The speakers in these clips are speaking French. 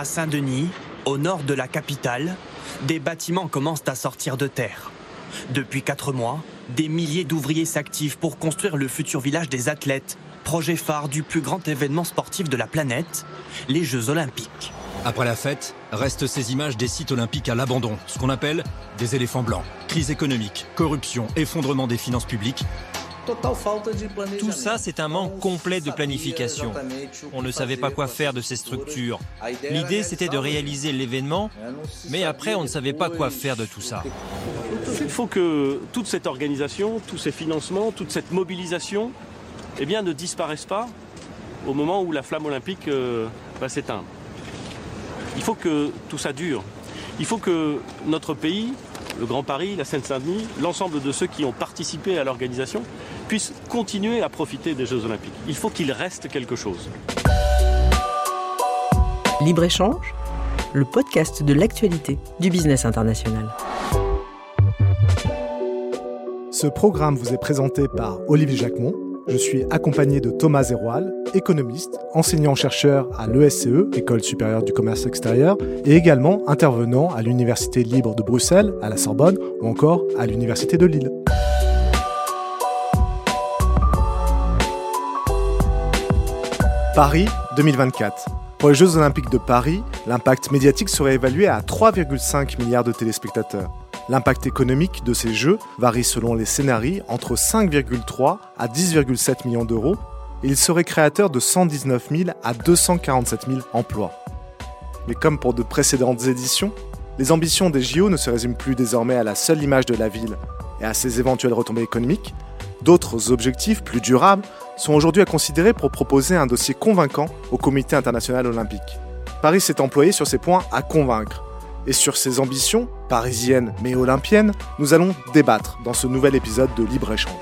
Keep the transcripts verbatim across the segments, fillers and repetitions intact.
À Saint-Denis, au nord de la capitale, des bâtiments commencent à sortir de terre. Depuis quatre mois, des milliers d'ouvriers s'activent pour construire le futur village des athlètes, projet phare du plus grand événement sportif de la planète, les Jeux Olympiques. Après la fête, restent ces images des sites olympiques à l'abandon, ce qu'on appelle des éléphants blancs. Crise économique, corruption, effondrement des finances publiques. Tout ça, c'est un manque complet de planification. On ne savait pas quoi faire de ces structures. L'idée, c'était de réaliser l'événement, mais après, on ne savait pas quoi faire de tout ça. Il faut que toute cette organisation, tous ces financements, toute cette mobilisation, eh bien, ne disparaissent pas au moment où la flamme olympique euh, va s'éteindre. Il faut que tout ça dure. Il faut que notre pays, le Grand Paris, la Seine-Saint-Denis, l'ensemble de ceux qui ont participé à l'organisation, puissent continuer à profiter des Jeux Olympiques. Il faut qu'il reste quelque chose. Libre-Échange, le podcast de l'actualité du business international. Ce programme vous est présenté par Olivier Jacquemont. Je suis accompagné de Thomas Zeroual, économiste, enseignant-chercheur à l'E S C E, École supérieure du commerce extérieur, et également intervenant à l'Université libre de Bruxelles, à la Sorbonne, ou encore à l'Université de Lille. Paris deux mille vingt-quatre. Pour les Jeux Olympiques de Paris, l'impact médiatique serait évalué à trois virgule cinq milliards de téléspectateurs. L'impact économique de ces Jeux varie selon les scénarios entre cinq virgule trois à dix virgule sept millions d'euros et il serait créateur de cent dix-neuf mille à deux cent quarante-sept mille emplois. Mais comme pour de précédentes éditions, les ambitions des J O ne se résument plus désormais à la seule image de la ville et à ses éventuelles retombées économiques. D'autres objectifs plus durables sont aujourd'hui à considérer pour proposer un dossier convaincant au Comité international olympique. Paris s'est employé sur ces points à convaincre. Et sur ces ambitions, parisiennes mais olympiennes, nous allons débattre dans ce nouvel épisode de Libre-Échange.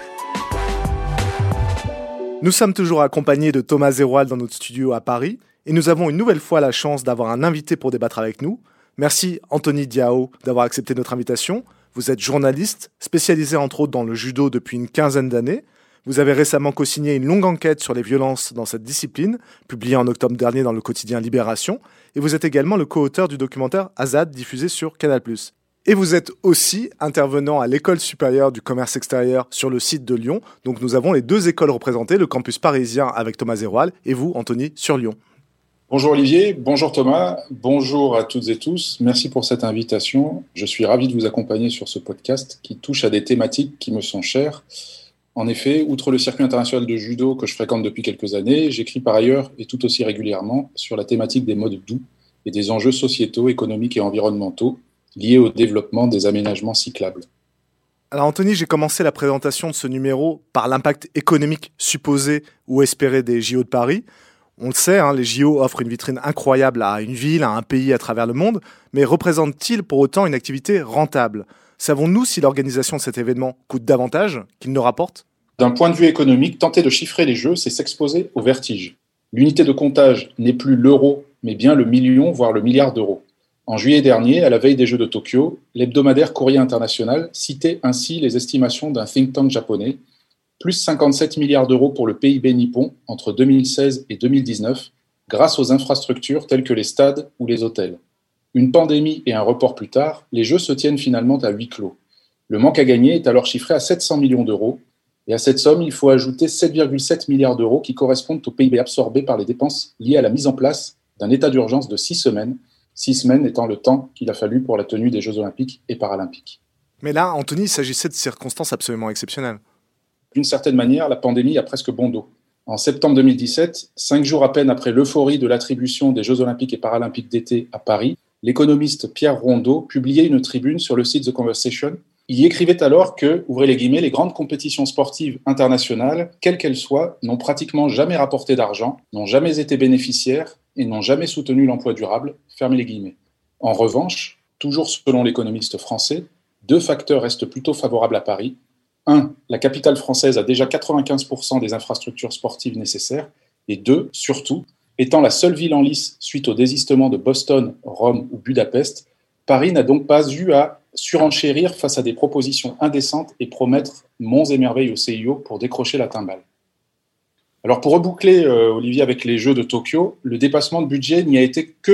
Nous sommes toujours accompagnés de Thomas Zeroual dans notre studio à Paris et nous avons une nouvelle fois la chance d'avoir un invité pour débattre avec nous. Merci Anthony Diao d'avoir accepté notre invitation. Vous êtes journaliste, spécialisé entre autres dans le judo depuis une quinzaine d'années. Vous avez récemment co-signé une longue enquête sur les violences dans cette discipline, publiée en octobre dernier dans le quotidien Libération, et vous êtes également le co-auteur du documentaire Azad, diffusé sur Canal plus. Et vous êtes aussi intervenant à l'École supérieure du commerce extérieur sur le site de Lyon. Donc nous avons les deux écoles représentées, le campus parisien avec Thomas Zeroual, et vous, Anthony, sur Lyon. Bonjour Olivier, bonjour Thomas, bonjour à toutes et tous. Merci pour cette invitation. Je suis ravi de vous accompagner sur ce podcast qui touche à des thématiques qui me sont chères. En effet, outre le circuit international de judo que je fréquente depuis quelques années, j'écris par ailleurs et tout aussi régulièrement sur la thématique des modes doux et des enjeux sociétaux, économiques et environnementaux liés au développement des aménagements cyclables. Alors Anthony, j'ai commencé la présentation de ce numéro par l'impact économique supposé ou espéré des J O de Paris. On le sait, hein, les J O offrent une vitrine incroyable à une ville, à un pays à travers le monde, mais représentent-ils pour autant une activité rentable ? Savons-nous si l'organisation de cet événement coûte davantage qu'il ne rapporte ? D'un point de vue économique, tenter de chiffrer les Jeux, c'est s'exposer au vertige. L'unité de comptage n'est plus l'euro, mais bien le million, voire le milliard d'euros. En juillet dernier, à la veille des Jeux de Tokyo, l'hebdomadaire Courrier International citait ainsi les estimations d'un think tank japonais, plus cinquante-sept milliards d'euros pour le P I B nippon entre deux mille seize et deux mille dix-neuf, grâce aux infrastructures telles que les stades ou les hôtels. Une pandémie et un report plus tard, les Jeux se tiennent finalement à huis clos. Le manque à gagner est alors chiffré à sept cents millions d'euros, et à cette somme, il faut ajouter sept virgule sept milliards d'euros qui correspondent au P I B absorbé par les dépenses liées à la mise en place d'un état d'urgence de six semaines, six semaines étant le temps qu'il a fallu pour la tenue des Jeux olympiques et paralympiques. Mais là, Anthony, il s'agissait de circonstances absolument exceptionnelles. D'une certaine manière, la pandémie a presque bon dos. En septembre deux mille dix-sept, cinq jours à peine après l'euphorie de l'attribution des Jeux olympiques et paralympiques d'été à Paris, l'économiste Pierre Rondeau publiait une tribune sur le site The Conversation. Il y écrivait alors que, ouvrez les guillemets, les grandes compétitions sportives internationales, quelles qu'elles soient, n'ont pratiquement jamais rapporté d'argent, n'ont jamais été bénéficiaires et n'ont jamais soutenu l'emploi durable, fermez les guillemets. En revanche, toujours selon l'économiste français, deux facteurs restent plutôt favorables à Paris. Un, la capitale française a déjà quatre-vingt-quinze pour cent des infrastructures sportives nécessaires. Et deux, surtout, étant la seule ville en lice suite au désistement de Boston, Rome ou Budapest, Paris n'a donc pas eu à surenchérir face à des propositions indécentes et promettre monts et merveilles au C I O pour décrocher la timbale. Alors pour reboucler, euh, Olivier, avec les Jeux de Tokyo, le dépassement de budget n'y a été que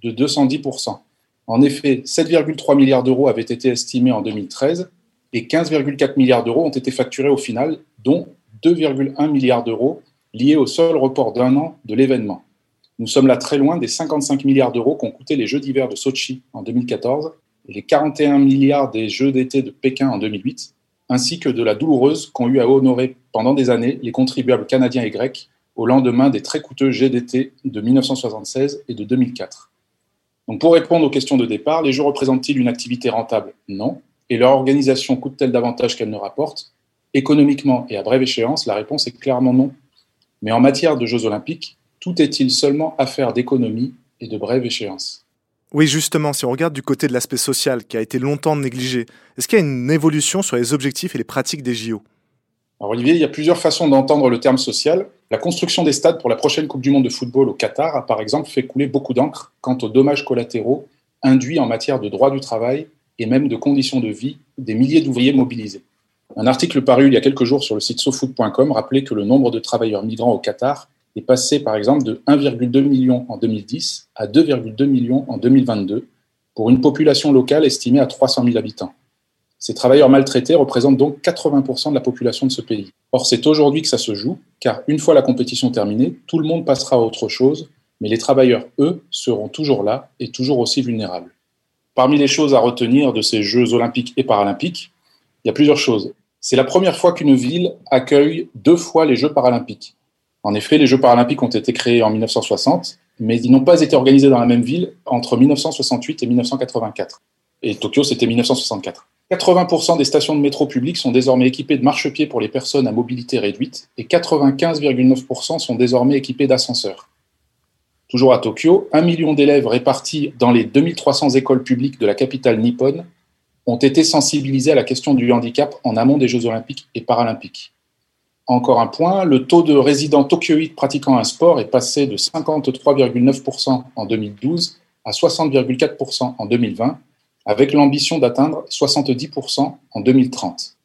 de deux cent dix pour cent. En effet, sept virgule trois milliards d'euros avaient été estimés en deux mille treize et quinze virgule quatre milliards d'euros ont été facturés au final, dont deux virgule un milliards d'euros liés au seul report d'un an de l'événement. Nous sommes là très loin des cinquante-cinq milliards d'euros qu'ont coûté les Jeux d'hiver de Sotchi en deux mille quatorze et les quarante et un milliards des Jeux d'été de Pékin en deux mille huit, ainsi que de la douloureuse qu'ont eu à honorer pendant des années les contribuables canadiens et grecs au lendemain des très coûteux Jeux d'été de mille neuf cent soixante-seize et de deux mille quatre. Donc pour répondre aux questions de départ, les Jeux représentent-ils une activité rentable ? Non. Et leur organisation coûte-t-elle davantage qu'elle ne rapporte ? Économiquement et à brève échéance, la réponse est clairement non. Mais en matière de Jeux olympiques, tout est-il seulement affaire d'économie et de brève échéance ? Oui, justement, si on regarde du côté de l'aspect social qui a été longtemps négligé, est-ce qu'il y a une évolution sur les objectifs et les pratiques des J O ? Alors Olivier, il y a plusieurs façons d'entendre le terme social. La construction des stades pour la prochaine Coupe du Monde de football au Qatar a par exemple fait couler beaucoup d'encre quant aux dommages collatéraux induits en matière de droit du travail et même de conditions de vie des milliers d'ouvriers mobilisés. Un article paru il y a quelques jours sur le site sofoot point com rappelait que le nombre de travailleurs migrants au Qatar est passé par exemple de un virgule deux million en deux mille dix à deux virgule deux millions en deux mille vingt-deux pour une population locale estimée à trois cent mille habitants. Ces travailleurs maltraités représentent donc quatre-vingts pour cent de la population de ce pays. Or, c'est aujourd'hui que ça se joue, car une fois la compétition terminée, tout le monde passera à autre chose, mais les travailleurs, eux, seront toujours là et toujours aussi vulnérables. Parmi les choses à retenir de ces Jeux olympiques et paralympiques, il y a plusieurs choses. C'est la première fois qu'une ville accueille deux fois les Jeux paralympiques. En effet, les Jeux paralympiques ont été créés en mille neuf cent soixante, mais ils n'ont pas été organisés dans la même ville entre mille neuf cent soixante-huit et mille neuf cent quatre-vingt-quatre. Et Tokyo, c'était mille neuf cent soixante-quatre. quatre-vingts pour cent des stations de métro publiques sont désormais équipées de marchepieds pour les personnes à mobilité réduite et quatre-vingt-quinze virgule neuf pour cent sont désormais équipés d'ascenseurs. Toujours à Tokyo, un million d'élèves répartis dans les deux mille trois cents écoles publiques de la capitale nippone ont été sensibilisés à la question du handicap en amont des Jeux olympiques et paralympiques. Encore un point, le taux de résidents tokyoïtes pratiquant un sport est passé de cinquante-trois virgule neuf pour cent en deux mille douze à soixante virgule quatre pour cent en deux mille vingt, avec l'ambition d'atteindre soixante-dix pour cent en deux mille trente.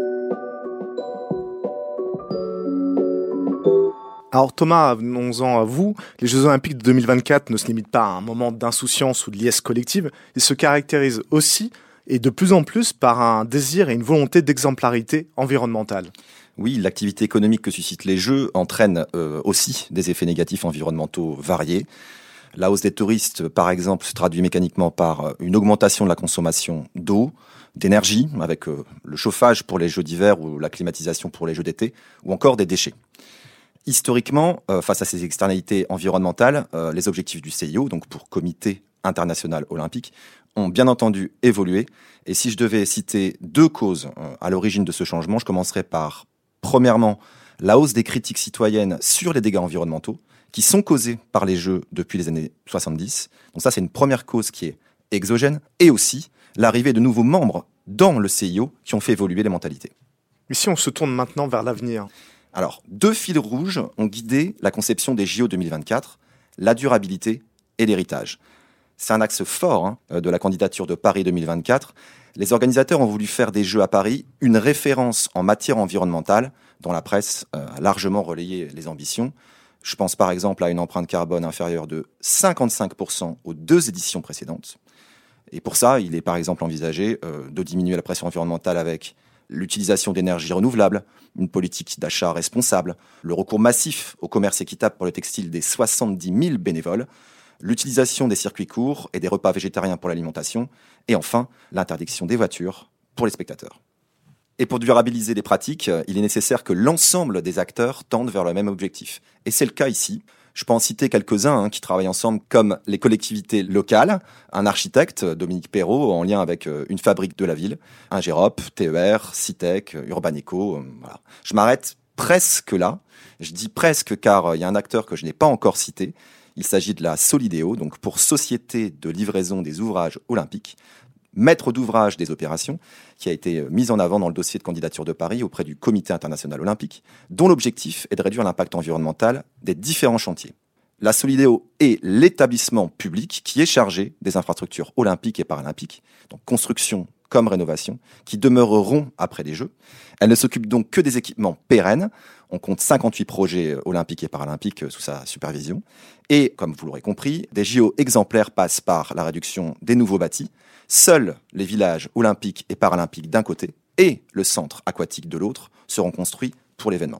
Alors Thomas, venons-en à vous. Les Jeux Olympiques de deux mille vingt-quatre ne se limitent pas à un moment d'insouciance ou de liesse collective. Ils se caractérisent aussi, et de plus en plus, par un désir et une volonté d'exemplarité environnementale. Oui, l'activité économique que suscitent les Jeux entraîne euh, aussi des effets négatifs environnementaux variés. La hausse des touristes, par exemple, se traduit mécaniquement par une augmentation de la consommation d'eau, d'énergie, avec euh, le chauffage pour les Jeux d'hiver ou la climatisation pour les Jeux d'été, ou encore des déchets. Historiquement, euh, face à ces externalités environnementales, euh, les objectifs du C I O, donc pour Comité international olympique, ont bien entendu évolué. Et si je devais citer deux causes euh, à l'origine de ce changement, je commencerai par, premièrement, la hausse des critiques citoyennes sur les dégâts environnementaux, qui sont causés par les Jeux depuis les années soixante-dix. Donc ça, c'est une première cause qui est exogène, et aussi l'arrivée de nouveaux membres dans le C I O qui ont fait évoluer les mentalités. Mais si on se tourne maintenant vers l'avenir ? Alors, deux fils rouges ont guidé la conception des J O deux mille vingt-quatre, la durabilité et l'héritage. C'est un axe fort hein, de la candidature de Paris deux mille vingt-quatre. Les organisateurs ont voulu faire des Jeux à Paris une référence en matière environnementale, dont la presse a largement relayé les ambitions. Je pense par exemple à une empreinte carbone inférieure de cinquante-cinq pour cent aux deux éditions précédentes. Et pour ça, il est par exemple envisagé euh, de diminuer la pression environnementale avec l'utilisation d'énergies renouvelables, une politique d'achat responsable, le recours massif au commerce équitable pour le textile des soixante-dix mille bénévoles, l'utilisation des circuits courts et des repas végétariens pour l'alimentation, et enfin l'interdiction des voitures pour les spectateurs. Et pour durabiliser les pratiques, il est nécessaire que l'ensemble des acteurs tendent vers le même objectif. Et c'est le cas ici. Je peux en citer quelques-uns hein, qui travaillent ensemble, comme les collectivités locales, un architecte, Dominique Perrault, en lien avec euh, une fabrique de la ville, un Gérop, T E R, Citec, Urbaneco. Euh, voilà. Je m'arrête presque là. Je dis presque car il euh, y a un acteur que je n'ai pas encore cité. Il s'agit de la Solideo, donc pour Société de livraison des ouvrages olympiques, maître d'ouvrage des opérations, qui a été mise en avant dans le dossier de candidature de Paris auprès du Comité international olympique, dont l'objectif est de réduire l'impact environnemental des différents chantiers. La Solideo est l'établissement public qui est chargé des infrastructures olympiques et paralympiques, donc construction comme rénovation, qui demeureront après les Jeux. Elle ne s'occupe donc que des équipements pérennes. On compte cinquante-huit projets olympiques et paralympiques sous sa supervision. Et, comme vous l'aurez compris, des J O exemplaires passent par la réduction des nouveaux bâtis. Seuls les villages olympiques et paralympiques d'un côté et le centre aquatique de l'autre seront construits pour l'événement.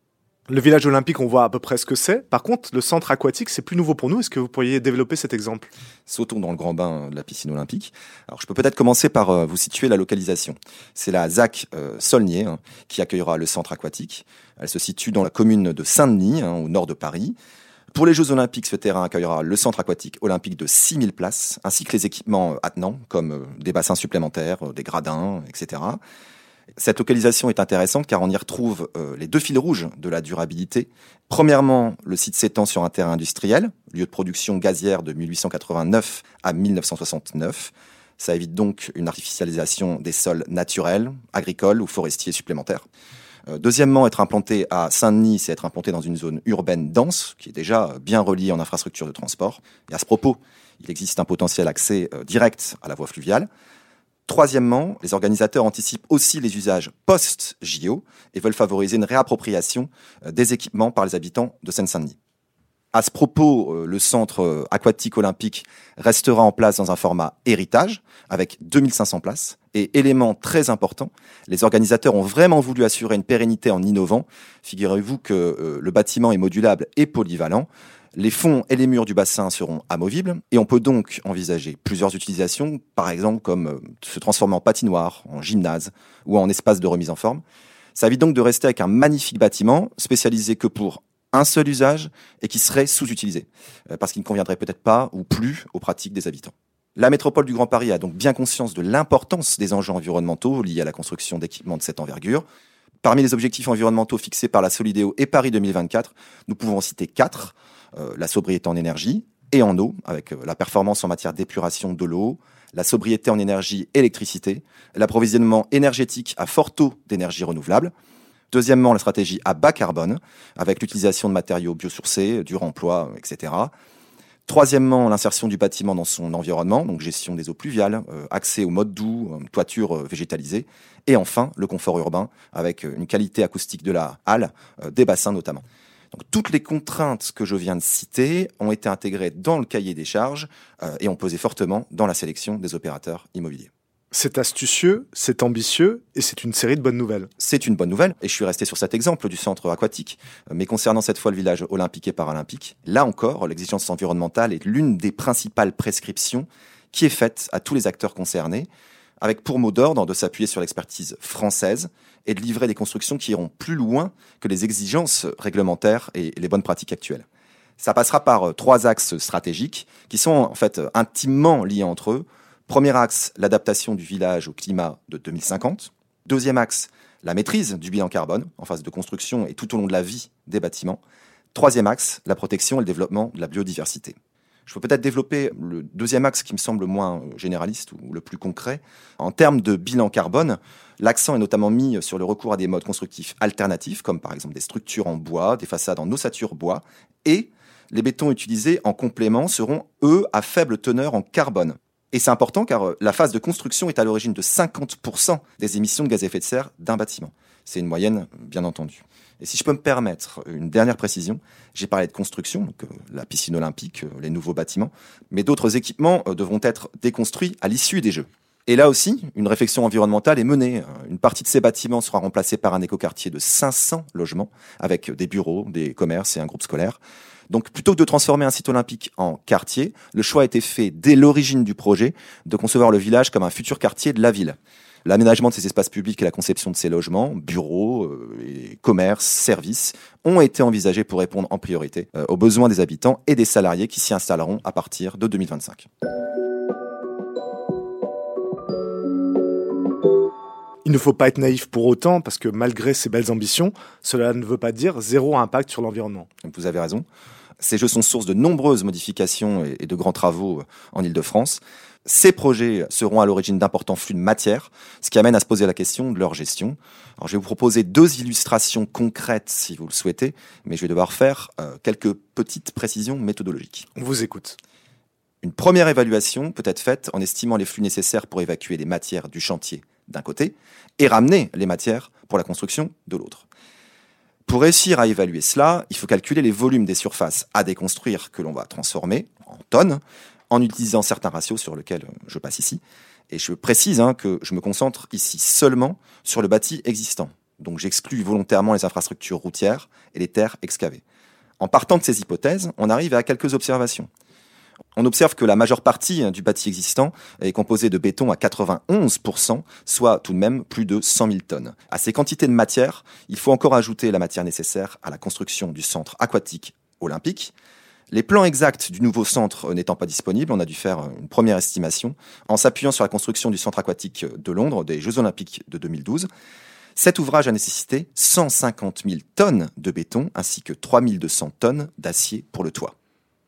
Le village olympique, on voit à peu près ce que c'est. Par contre, le centre aquatique, c'est plus nouveau pour nous. Est-ce que vous pourriez développer cet exemple ? Sautons dans le grand bain de la piscine olympique. Alors, je peux peut-être commencer par euh, vous situer la localisation. C'est la Z A C euh, Saulnier hein, qui accueillera le centre aquatique. Elle se situe dans la commune de Saint-Denis, hein, au nord de Paris. Pour les Jeux olympiques, ce terrain accueillera le centre aquatique olympique de six mille places, ainsi que les équipements attenants, comme euh, des bassins supplémentaires, euh, des gradins, et cetera. Cette localisation est intéressante car on y retrouve euh, les deux fils rouges de la durabilité. Premièrement, le site s'étend sur un terrain industriel, lieu de production gazière de mille huit cent quatre-vingt-neuf à mille neuf cent soixante-neuf. Ça évite donc une artificialisation des sols naturels, agricoles ou forestiers supplémentaires. Euh, deuxièmement, être implanté à Saint-Denis, c'est être implanté dans une zone urbaine dense, qui est déjà bien reliée en infrastructure de transport. Et à ce propos, il existe un potentiel accès euh, direct à la voie fluviale. Troisièmement, les organisateurs anticipent aussi les usages post-J O et veulent favoriser une réappropriation des équipements par les habitants de Seine-Saint-Denis. À ce propos, le centre aquatique olympique restera en place dans un format héritage avec deux mille cinq cents places. Et élément très important, les organisateurs ont vraiment voulu assurer une pérennité en innovant. Figurez-vous que le bâtiment est modulable et polyvalent. Les fonds et les murs du bassin seront amovibles et on peut donc envisager plusieurs utilisations, par exemple comme se transformer en patinoire, en gymnase ou en espace de remise en forme. Ça évite donc de rester avec un magnifique bâtiment spécialisé que pour un seul usage et qui serait sous-utilisé parce qu'il ne conviendrait peut-être pas ou plus aux pratiques des habitants. La métropole du Grand Paris a donc bien conscience de l'importance des enjeux environnementaux liés à la construction d'équipements de cette envergure. Parmi les objectifs environnementaux fixés par la Solidéo et Paris deux mille vingt-quatre, nous pouvons en citer quatre. Euh, la sobriété en énergie et en eau, avec euh, la performance en matière d'épuration de l'eau, la sobriété en énergie et électricité, l'approvisionnement énergétique à fort taux d'énergie renouvelable. Deuxièmement, la stratégie à bas carbone, avec l'utilisation de matériaux biosourcés, du remploi, et cetera. Troisièmement, l'insertion du bâtiment dans son environnement, donc gestion des eaux pluviales, euh, accès aux modes doux, euh, toiture euh, végétalisée. Et enfin, le confort urbain, avec euh, une qualité acoustique de la halle, euh, des bassins notamment. Donc, toutes les contraintes que je viens de citer ont été intégrées dans le cahier des charges euh, et ont pesé fortement dans la sélection des opérateurs immobiliers. C'est astucieux, c'est ambitieux et c'est une série de bonnes nouvelles. C'est une bonne nouvelle et je suis resté sur cet exemple du centre aquatique. Mais concernant cette fois le village olympique et paralympique, là encore, l'exigence environnementale est l'une des principales prescriptions qui est faite à tous les acteurs concernés, avec pour mot d'ordre de s'appuyer sur l'expertise française et de livrer des constructions qui iront plus loin que les exigences réglementaires et les bonnes pratiques actuelles. Ça passera par trois axes stratégiques qui sont en fait intimement liés entre eux. Premier axe, l'adaptation du village au climat de deux mille cinquante. Deuxième axe, la maîtrise du bilan carbone en phase de construction et tout au long de la vie des bâtiments. Troisième axe, la protection et le développement de la biodiversité. Je peux peut-être développer le deuxième axe qui me semble moins généraliste ou le plus concret. En termes de bilan carbone, l'accent est notamment mis sur le recours à des modes constructifs alternatifs, comme par exemple des structures en bois, des façades en ossature bois, et les bétons utilisés en complément seront, eux, à faible teneur en carbone. Et c'est important car la phase de construction est à l'origine de cinquante pour cent des émissions de gaz à effet de serre d'un bâtiment. C'est une moyenne, bien entendu. Et si je peux me permettre une dernière précision, j'ai parlé de construction, donc euh, la piscine olympique, euh, les nouveaux bâtiments, mais d'autres équipements euh, devront être déconstruits à l'issue des Jeux. Et là aussi, une réflexion environnementale est menée. Une partie de ces bâtiments sera remplacée par un écoquartier de cinq cents logements, avec des bureaux, des commerces et un groupe scolaire. Donc plutôt que de transformer un site olympique en quartier, le choix a été fait dès l'origine du projet de concevoir le village comme un futur quartier de la ville. L'aménagement de ces espaces publics et la conception de ces logements, bureaux, euh, et commerces, services, ont été envisagés pour répondre en priorité euh, aux besoins des habitants et des salariés qui s'y installeront à partir de deux mille vingt-cinq. Il ne faut pas être naïf pour autant, parce que malgré ces belles ambitions, cela ne veut pas dire zéro impact sur l'environnement. Vous avez raison. Ces jeux sont source de nombreuses modifications et de grands travaux en Île-de-France. Ces projets seront à l'origine d'importants flux de matière, ce qui amène à se poser la question de leur gestion. Alors, je vais vous proposer deux illustrations concrètes si vous le souhaitez, mais je vais devoir faire euh, quelques petites précisions méthodologiques. On vous écoute. Une première évaluation peut être faite en estimant les flux nécessaires pour évacuer les matières du chantier d'un côté et ramener les matières pour la construction de l'autre. Pour réussir à évaluer cela, il faut calculer les volumes des surfaces à déconstruire que l'on va transformer en tonnes, en utilisant certains ratios sur lesquels je passe ici. Et je précise hein, que je me concentre ici seulement sur le bâti existant. Donc j'exclus volontairement les infrastructures routières et les terres excavées. En partant de ces hypothèses, on arrive à quelques observations. On observe que la majeure partie du bâti existant est composée de béton à quatre-vingt-onze pour cent, soit tout de même plus de cent mille tonnes. À ces quantités de matière, il faut encore ajouter la matière nécessaire à la construction du centre aquatique olympique. Les plans exacts du nouveau centre n'étant pas disponibles, on a dû faire une première estimation en s'appuyant sur la construction du centre aquatique de Londres, des Jeux Olympiques de deux mille douze. Cet ouvrage a nécessité cent cinquante mille tonnes de béton ainsi que trois mille deux cents tonnes d'acier pour le toit.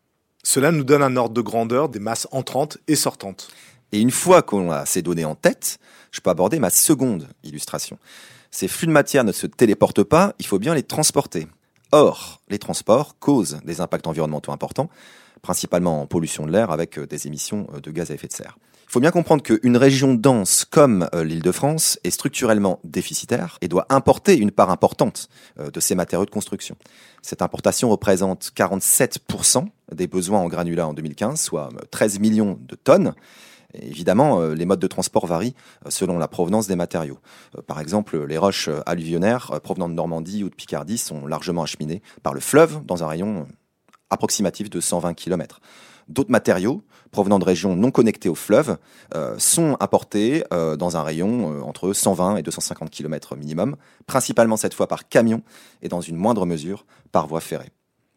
Cela nous donne un ordre de grandeur des masses entrantes et sortantes. Et une fois qu'on a ces données en tête, je peux aborder ma seconde illustration. Ces flux de matière ne se téléportent pas, il faut bien les transporter. Or, les transports causent des impacts environnementaux importants, principalement en pollution de l'air avec des émissions de gaz à effet de serre. Il faut bien comprendre qu'une région dense comme l'Île-de-France est structurellement déficitaire et doit importer une part importante de ces matériaux de construction. Cette importation représente quarante-sept pour cent des besoins en granulats en deux mille quinze, soit treize millions de tonnes. Et évidemment, les modes de transport varient selon la provenance des matériaux. Par exemple, les roches alluvionnaires provenant de Normandie ou de Picardie sont largement acheminées par le fleuve dans un rayon approximatif de cent vingt kilomètres. D'autres matériaux provenant de régions non connectées au fleuve euh, sont apportés euh, dans un rayon euh, entre cent vingt et deux cent cinquante kilomètres minimum, principalement cette fois par camion et dans une moindre mesure par voie ferrée.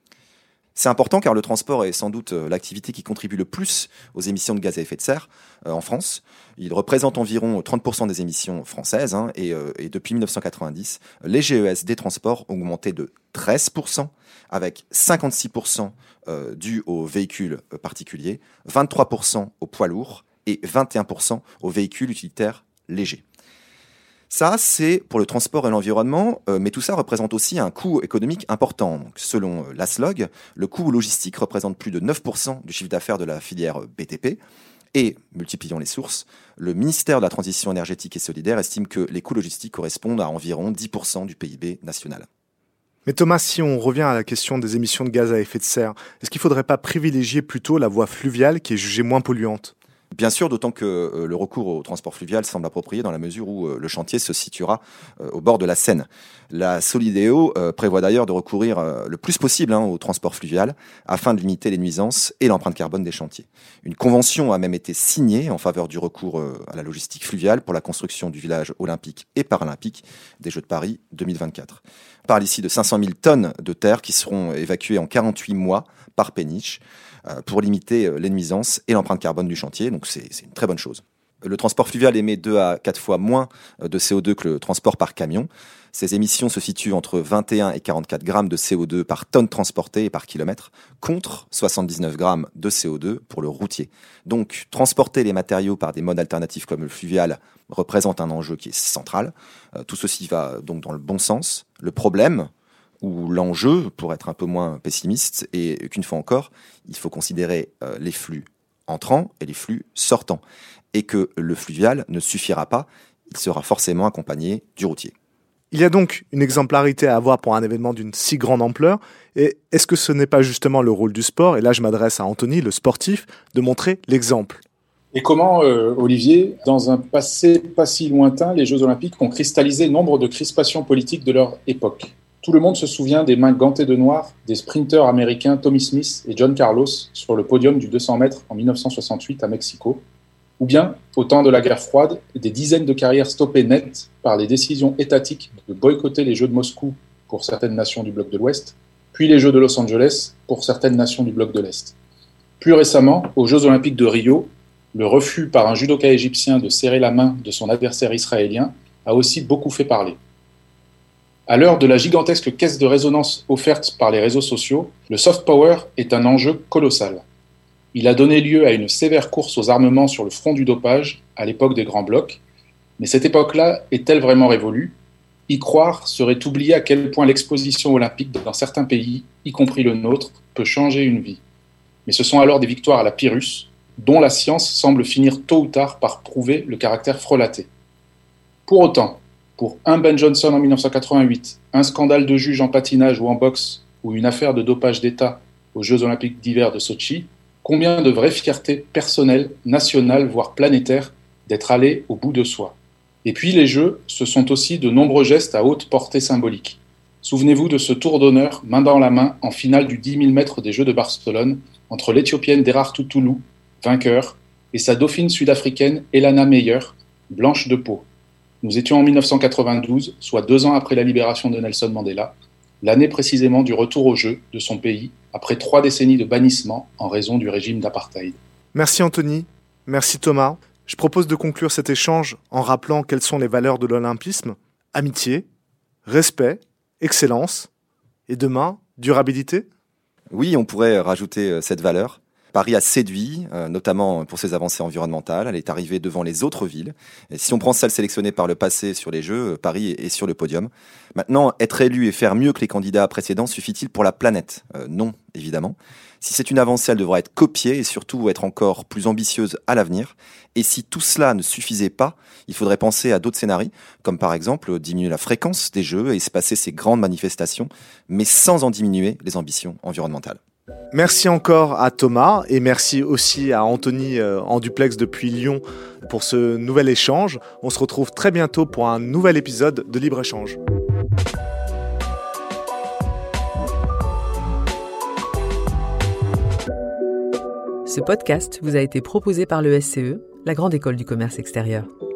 C'est important car le transport est sans doute l'activité qui contribue le plus aux émissions de gaz à effet de serre euh, en France. Il représente environ trente pour cent des émissions françaises hein, et, euh, et depuis mille neuf cent quatre-vingt-dix, les G E S des transports ont augmenté de treize pour cent avec cinquante-six pour cent euh, dû aux véhicules particuliers, vingt-trois pour cent aux poids lourds et vingt et un pour cent aux véhicules utilitaires légers. Ça, c'est pour le transport et l'environnement, euh, mais tout ça représente aussi un coût économique important. Donc, selon l'A S L O G, le coût logistique représente plus de neuf pour cent du chiffre d'affaires de la filière B T P. Et, multiplions les sources, le ministère de la Transition énergétique et solidaire estime que les coûts logistiques correspondent à environ dix pour cent du P I B national. Mais Thomas, si on revient à la question des émissions de gaz à effet de serre, est-ce qu'il ne faudrait pas privilégier plutôt la voie fluviale qui est jugée moins polluante ? Bien sûr, d'autant que euh, le recours au transport fluvial semble approprié dans la mesure où euh, le chantier se situera euh, au bord de la Seine. La Solideo euh, prévoit d'ailleurs de recourir euh, le plus possible hein, au transport fluvial afin de limiter les nuisances et l'empreinte carbone des chantiers. Une convention a même été signée en faveur du recours euh, à la logistique fluviale pour la construction du village olympique et paralympique des Jeux de Paris deux mille vingt-quatre. On parle ici de cinq cent mille tonnes de terre qui seront évacuées en quarante-huit mois par péniche pour limiter les nuisances et l'empreinte carbone du chantier, donc c'est, c'est une très bonne chose. Le transport fluvial émet deux à quatre fois moins de C O deux que le transport par camion. Ces émissions se situent entre vingt et un et quarante-quatre grammes de C O deux par tonne transportée et par kilomètre, contre soixante-dix-neuf grammes de C O deux pour le routier. Donc, transporter les matériaux par des modes alternatifs comme le fluvial représente un enjeu qui est central. Tout ceci va donc dans le bon sens. Le problème, où l'enjeu, pour être un peu moins pessimiste, est qu'une fois encore, il faut considérer euh, les flux entrants et les flux sortants. Et que le fluvial ne suffira pas, il sera forcément accompagné du routier. Il y a donc une exemplarité à avoir pour un événement d'une si grande ampleur. Et est-ce que ce n'est pas justement le rôle du sport, et là je m'adresse à Anthony, le sportif, de montrer l'exemple ? Et comment, euh, Olivier, dans un passé pas si lointain, les Jeux Olympiques ont cristallisé nombre de crispations politiques de leur époque ? Tout le monde se souvient des mains gantées de noir des sprinteurs américains Tommy Smith et John Carlos sur le podium du deux cents mètres en dix-neuf cent soixante-huit à Mexico, ou bien, au temps de la guerre froide, des dizaines de carrières stoppées net par les décisions étatiques de boycotter les Jeux de Moscou pour certaines nations du bloc de l'Ouest, puis les Jeux de Los Angeles pour certaines nations du bloc de l'Est. Plus récemment, aux Jeux Olympiques de Rio, le refus par un judoka égyptien de serrer la main de son adversaire israélien a aussi beaucoup fait parler. À l'heure de la gigantesque caisse de résonance offerte par les réseaux sociaux, le soft power est un enjeu colossal. Il a donné lieu à une sévère course aux armements sur le front du dopage à l'époque des Grands Blocs. Mais cette époque-là est-elle vraiment révolue ? Y croire serait oublier à quel point l'exposition olympique dans certains pays, y compris le nôtre, peut changer une vie. Mais ce sont alors des victoires à la Pyrrhus, dont la science semble finir tôt ou tard par prouver le caractère frelaté. Pour autant, pour un Ben Johnson en mille neuf cent quatre-vingt-huit, un scandale de juge en patinage ou en boxe, ou une affaire de dopage d'État aux Jeux olympiques d'hiver de Sotchi, combien de vraies fiertés personnelles, nationales, voire planétaires, d'être allé au bout de soi. Et puis les Jeux, ce sont aussi de nombreux gestes à haute portée symbolique. Souvenez-vous de ce tour d'honneur, main dans la main, en finale du dix mille mètres des Jeux de Barcelone, entre l'Éthiopienne Derartu Tulu, vainqueur, et sa dauphine sud-africaine Elana Meyer, blanche de peau. Nous étions en mille neuf cent quatre-vingt-douze, soit deux ans après la libération de Nelson Mandela, l'année précisément du retour aux Jeux de son pays, après trois décennies de bannissement en raison du régime d'apartheid. Merci Anthony, merci Thomas. Je propose de conclure cet échange en rappelant quelles sont les valeurs de l'olympisme. Amitié, respect, excellence, et demain, durabilité. Oui, on pourrait rajouter cette valeur. Paris a séduit, euh, notamment pour ses avancées environnementales. Elle est arrivée devant les autres villes. Et si on prend celles sélectionnées par le passé sur les Jeux, Paris est sur le podium. Maintenant, être élu et faire mieux que les candidats précédents suffit-il pour la planète ? euh, Non, évidemment. Si c'est une avancée, elle devra être copiée et surtout être encore plus ambitieuse à l'avenir. Et si tout cela ne suffisait pas, il faudrait penser à d'autres scénarios, comme par exemple diminuer la fréquence des Jeux et espacer ces grandes manifestations, mais sans en diminuer les ambitions environnementales. Merci encore à Thomas et merci aussi à Anthony euh, en duplex depuis Lyon pour ce nouvel échange. On se retrouve très bientôt pour un nouvel épisode de Libre-Échange. Ce podcast vous a été proposé par le S C E, la Grande École du Commerce Extérieur.